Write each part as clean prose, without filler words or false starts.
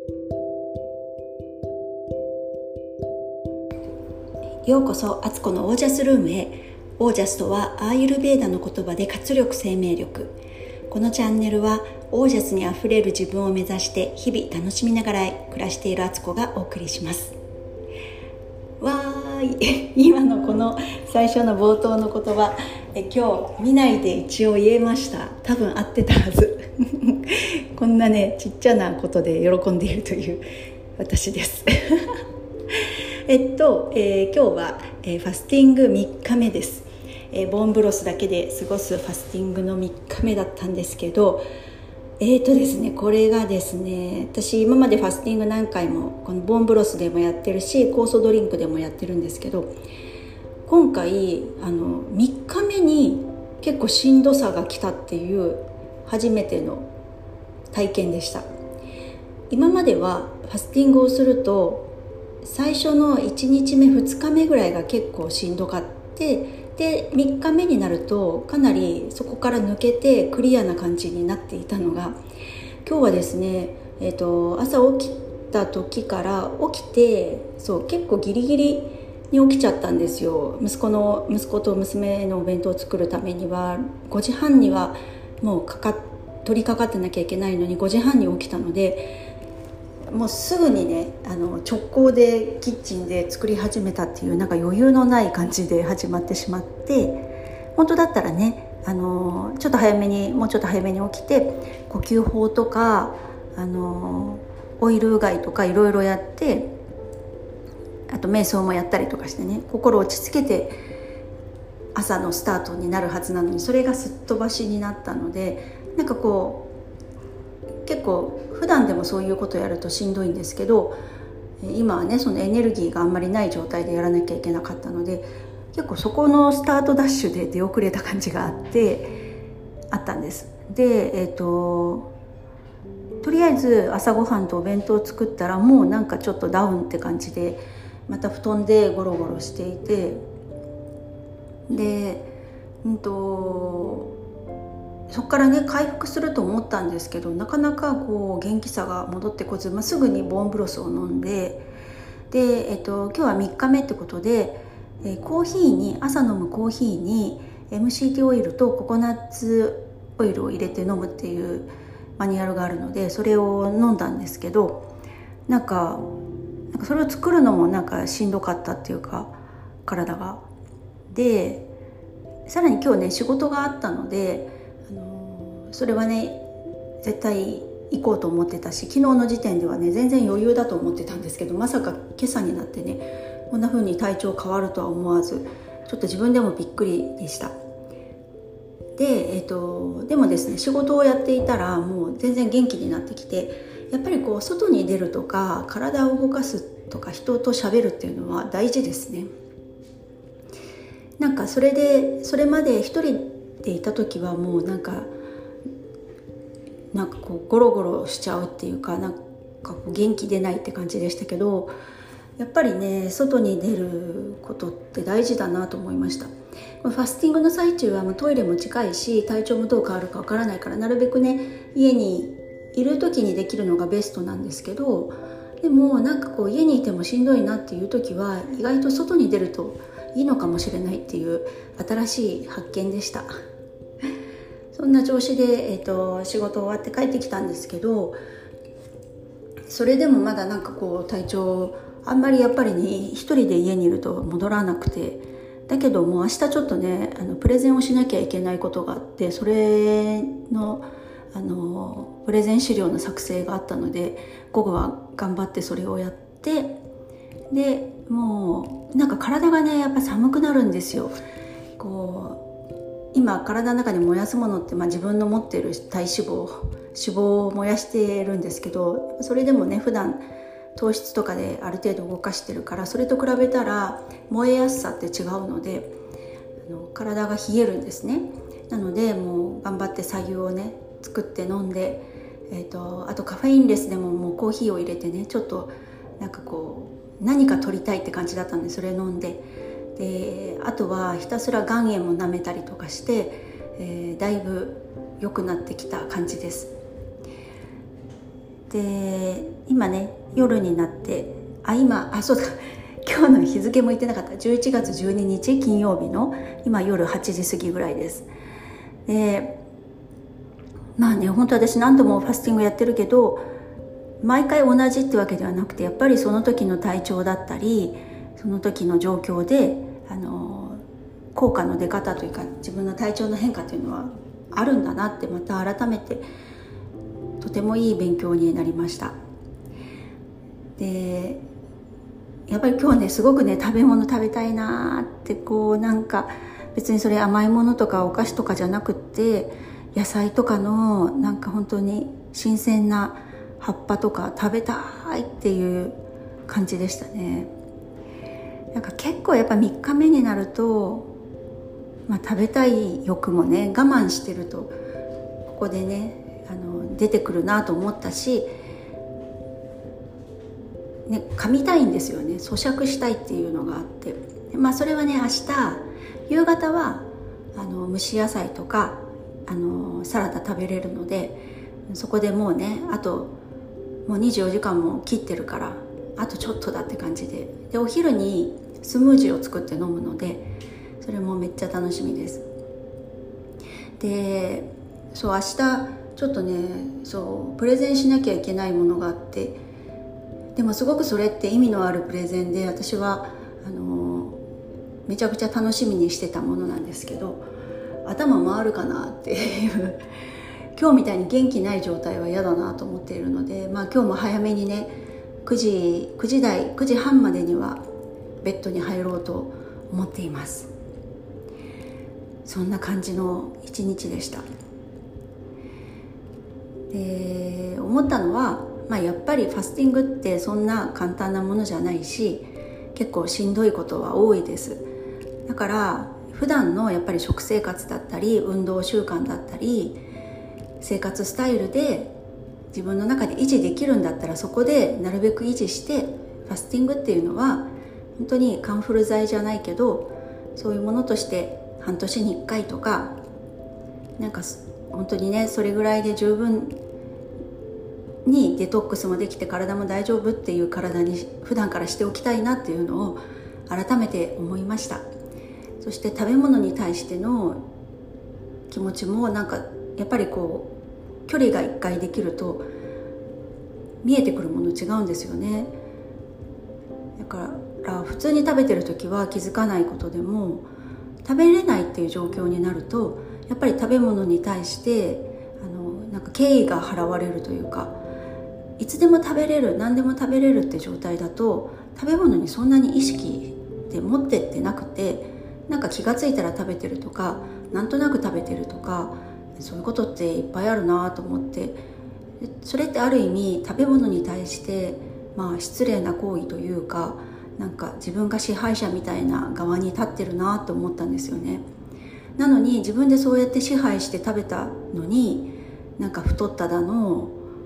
ようこそアツコのオージャスルームへ。オージャスとはアーユルヴェーダの言葉で活力、生命力。このチャンネルはオージャスにあふれる自分を目指して日々楽しみながら暮らしているアツコがお送りします。わーい今のこの最初の冒頭の言葉、今日見ないで一応言えました。多分合ってたはずこんなねちっちゃなことで喜んでいるという私です今日は、ファスティング3日目です。ボーンブロスだけで過ごすファスティングの3日目だったんですけど、ですね、これがですね、私今までファスティング何回もこのボーンブロスでもやってるし、酵素ドリンクでもやってるんですけど、今回3日目に結構しんどさが来たっていう初めての体験でした。今まではファスティングをすると最初の1日目2日目ぐらいが結構しんどかって、で3日目になるとかなりそこから抜けてクリアな感じになっていたのが、今日はですね、朝起きた時から起きて、結構ギリギリに起きちゃったんですよ。息子と娘のお弁当を作るためには5時半にはもう取り掛かってなきゃいけないのに、5時半に起きたので、もうすぐにね直行でキッチンで作り始めたっていう、なんか余裕のない感じで始まってしまって、本当だったらねもうちょっと早めに起きて呼吸法とかオイルうがいとかいろいろやって、あと瞑想もやったりとかしてね、心を落ち着けて朝のスタートになるはずなのに、それがすっ飛ばしになったので、なんかこう結構普段でもそういうことやるとしんどいんですけど、今はねそのエネルギーがあんまりない状態でやらなきゃいけなかったので、結構そこのスタートダッシュで出遅れた感じがあったんです。でとりあえず朝ごはんとお弁当を作ったら、もうなんかちょっとダウンって感じで、また布団でゴロゴロしていて、でそこからね回復すると思ったんですけど、なかなかこう元気さが戻ってこず、すぐにボーンブロスを飲んで、今日は3日目ってことで、朝飲むコーヒーに MCT オイルとココナッツオイルを入れて飲むっていうマニュアルがあるので、それを飲んだんですけど、なんかそれを作るのもなんかしんどかったっていうか、体が。でさらに今日ね仕事があったので、それはね絶対行こうと思ってたし、昨日の時点ではね全然余裕だと思ってたんですけど、まさか今朝になってねこんな風に体調変わるとは思わず、ちょっと自分でもびっくりでした。で、でもですね、仕事をやっていたらもう全然元気になってきて、やっぱりこう外に出るとか体を動かすとか人と喋るっていうのは大事ですね。なんかそれまで一人でいた時はもうなんかこうゴロゴロしちゃうっていうか、なんかこう元気出ないって感じでしたけど、やっぱりね外に出ることって大事だなと思いました。ファスティングの最中はトイレも近いし、体調もどう変わるかわからないから、なるべくね家にいる時にできるのがベストなんですけど、でもなんかこう家にいてもしんどいなっていう時は意外と外に出るといいのかもしれないっていう新しい発見でした。そんな調子で、仕事終わって帰ってきたんですけど、それでもまだなんかこう体調あんまりやっぱりね一人で家にいると戻らなくて、だけどもう明日ちょっとねプレゼンをしなきゃいけないことがあって、それのプレゼン資料の作成があったので、午後は頑張ってそれをやって、でもうなんか体がねやっぱ寒くなるんですよ。こう今体の中に燃やすものって、自分の持っている体脂肪を燃やしているんですけど、それでもね普段糖質とかである程度動かしてるから、それと比べたら燃えやすさって違うので体が冷えるんですね。なのでもう頑張って白湯をね作って飲んで、あとカフェインレスでもうコーヒーを入れてね、ちょっとなんかこう何か取りたいって感じだったんで、それ飲んで、であとはひたすら岩塩も舐めたりとかして、だいぶ良くなってきた感じです。 で今ね夜になってそうだ今日の日付も言ってなかった。11月12日金曜日の今夜8時過ぎぐらいです。で本当私何度もファスティングやってるけど、毎回同じってわけではなくて、やっぱりその時の体調だったりその時の状況で効果の出方というか自分の体調の変化というのはあるんだなって、また改めてとてもいい勉強になりました。でやっぱり今日ねすごくね食べ物食べたいなって別にそれ甘いものとかお菓子とかじゃなくって、野菜とかの本当に新鮮な葉っぱとか食べたいっていう感じでしたね。結構やっぱ3日目になると、食べたい欲もね我慢してるとここでね出てくるなと思ったし、噛みたいんですよね。咀嚼したいっていうのがあって、それはね明日夕方は蒸し野菜とかサラダ食べれるので、そこでもうねもう24時間も切ってるからあとちょっとだって感じで、お昼にスムージーを作って飲むのでそれもめっちゃ楽しみです。で明日ちょっとねプレゼンしなきゃいけないものがあって、でもすごくそれって意味のあるプレゼンで、私はめちゃくちゃ楽しみにしてたものなんですけど、頭回るかなっていう今日みたいに元気ない状態は嫌だなと思っているので、今日も早めにね9時半までにはベッドに入ろうと思っています。そんな感じの一日でした。で思ったのは、やっぱりファスティングってそんな簡単なものじゃないし、結構しんどいことは多いです。だから普段のやっぱり食生活だったり運動習慣だったり生活スタイルで自分の中で維持できるんだったら、そこでなるべく維持して、ファスティングっていうのは本当にカンフル剤じゃないけどそういうものとして半年に1回とか本当にねそれぐらいで十分にデトックスもできて体も大丈夫っていう体に普段からしておきたいなっていうのを改めて思いました。そして食べ物に対しての気持ちもやっぱり距離が一回できると見えてくるもの違うんですよね。だから普通に食べてる時は気づかないことでも、食べれないっていう状況になるとやっぱり食べ物に対して敬意が払われるというか、いつでも食べれる何でも食べれるって状態だと食べ物にそんなに意識で持ってってなくて、気がついたら食べてるとかなんとなく食べてるとか、そういうことっていっぱいあるなと思って、それってある意味食べ物に対して失礼な行為というか、自分が支配者みたいな側に立ってるなと思ったんですよね。なのに自分でそうやって支配して食べたのに太っただの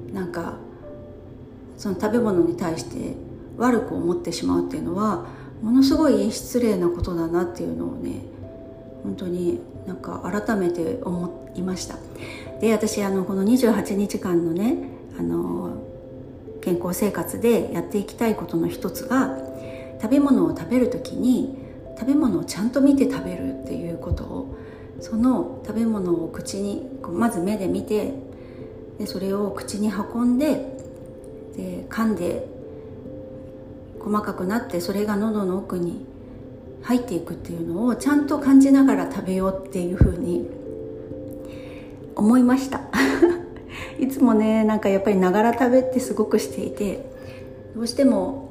その食べ物に対して悪く思ってしまうっていうのはものすごい失礼なことだなっていうのをね本当に改めて思いました。で私この28日間のね健康生活でやっていきたいことの一つが、食べ物を食べるときに食べ物をちゃんと見て食べるっていうことを、その食べ物を口にまず目で見て、でそれを口に運んで、噛んで細かくなってそれが喉の奥に入っていくっていうのをちゃんと感じながら食べようっていうふうに思いましたいつもねやっぱりながら食べってすごくしていて、どうしても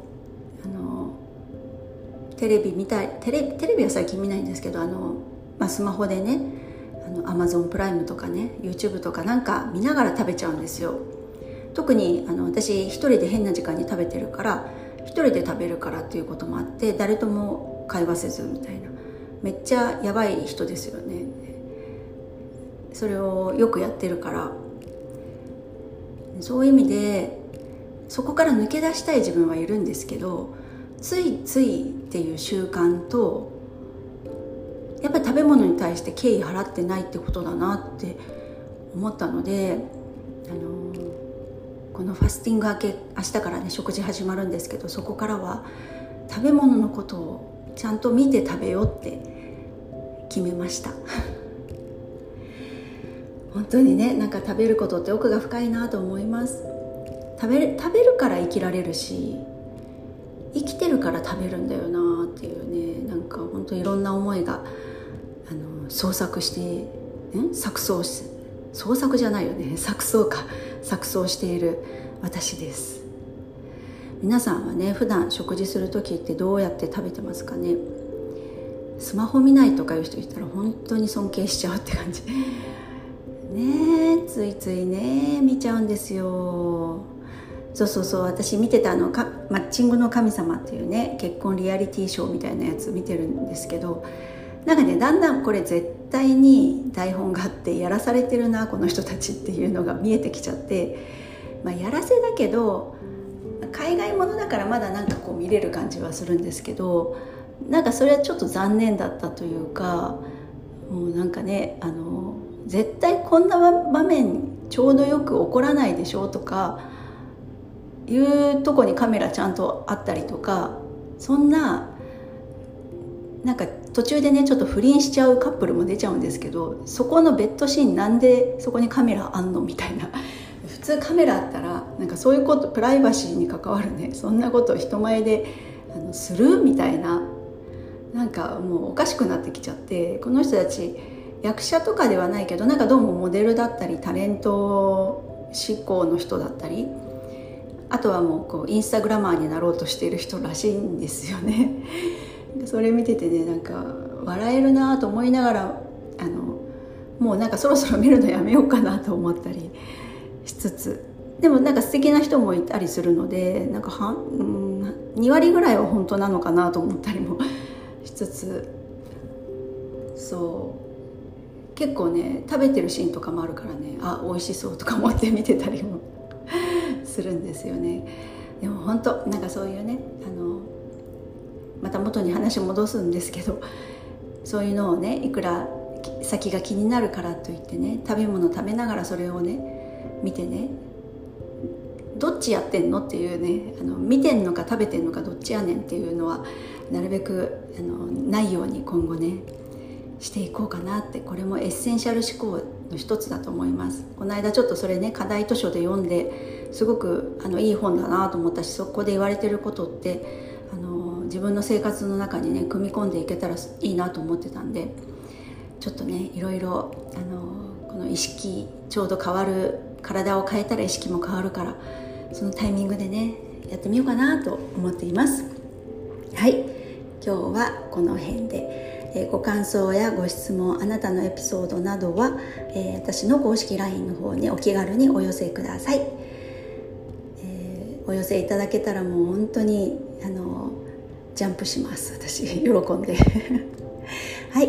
テレビは最近見ないんですけどスマホでねAmazon プライムとかね YouTube とか見ながら食べちゃうんですよ。特に私一人で変な時間に食べてるから、一人で食べるからっていうこともあって、誰とも会話せずみたいな、めっちゃやばい人ですよね。それをよくやってるから、そういう意味でそこから抜け出したい自分はいるんですけど、ついついっていう習慣とやっぱり食べ物に対して敬意払ってないってことだなって思ったので、ここのファスティング明け、明日からね食事始まるんですけど、そこからは食べ物のことをちゃんと見て食べようって決めました本当にね、なんか食べることって奥が深いなと思います。食べるから生きられるし、生きてるから食べるんだよなっていうね、なんか本当いろんな思いが創作して錯綜して、創作じゃないよね、錯綜している私です。皆さんはね、普段食事する時ってどうやって食べてますかね。スマホ見ないとかいう人いたら本当に尊敬しちゃうって感じね。ついついね見ちゃうんですよ。そう私見てたマッチングの神様っていうね、結婚リアリティショーみたいなやつ見てるんですけど、なんかね、だんだんこれ絶対に台本があってやらされてるなこの人たちっていうのが見えてきちゃって、やらせだけど海外ものだからまだなんかこう見れる感じはするんですけど、なんかそれはちょっと残念だったというか、もうなんかね、絶対こんな場面ちょうどよく起こらないでしょとかいうとこにカメラちゃんとあったりとか、そんななんか途中でねちょっと不倫しちゃうカップルも出ちゃうんですけど、そこのベッドシーンなんでそこにカメラあんのみたいな普通カメラあったらなんかそういうこと、プライバシーに関わるね、そんなことを人前でするみたいな、なんかもうおかしくなってきちゃって、この人たち役者とかではないけど、なんかどうもモデルだったりタレント志向の人だったり、あとはもうこうインスタグラマーになろうとしている人らしいんですよねそれ見ててね、なんか笑えるなと思いながらもうなんかそろそろ見るのやめようかなと思ったりしつつ、でもなんか素敵な人もいたりするので、なんか2割ぐらいは本当なのかなと思ったりもしつつ、そう結構ね食べてるシーンとかもあるからね、美味しそうとか思って見てたりもするんですよね。でも本当なんかそういうね、また元に話戻すんですけど、そういうのをね、いくら先が気になるからといってね、食べ物食べながらそれをね見てね、どっちやってんのっていうね、見てんのか食べてんのかどっちやねんっていうのはなるべくないように今後ねしていこうかなって、これもエッセンシャル思考の一つだと思います。この間ちょっとそれね課題図書で読んですごくいい本だなと思ったし、そこで言われてることって自分の生活の中にね組み込んでいけたらいいなと思ってたんで、ちょっとねいろいろこの意識ちょうど変わる、体を変えたら意識も変わるから、そのタイミングでねやってみようかなと思っています。はい、今日はこの辺で、ご感想やご質問、あなたのエピソードなどは、私の公式 LINE の方にお気軽にお寄せください。お寄せいただけたらもう本当にジャンプします、私喜んではい、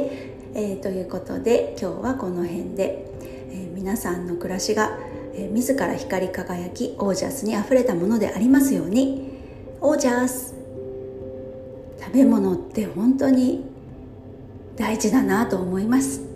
ということで今日はこの辺で、皆さんの暮らしが、自ら光り輝きオージャスにあふれたものでありますように。オージャス、食べ物って本当に大事だなと思います。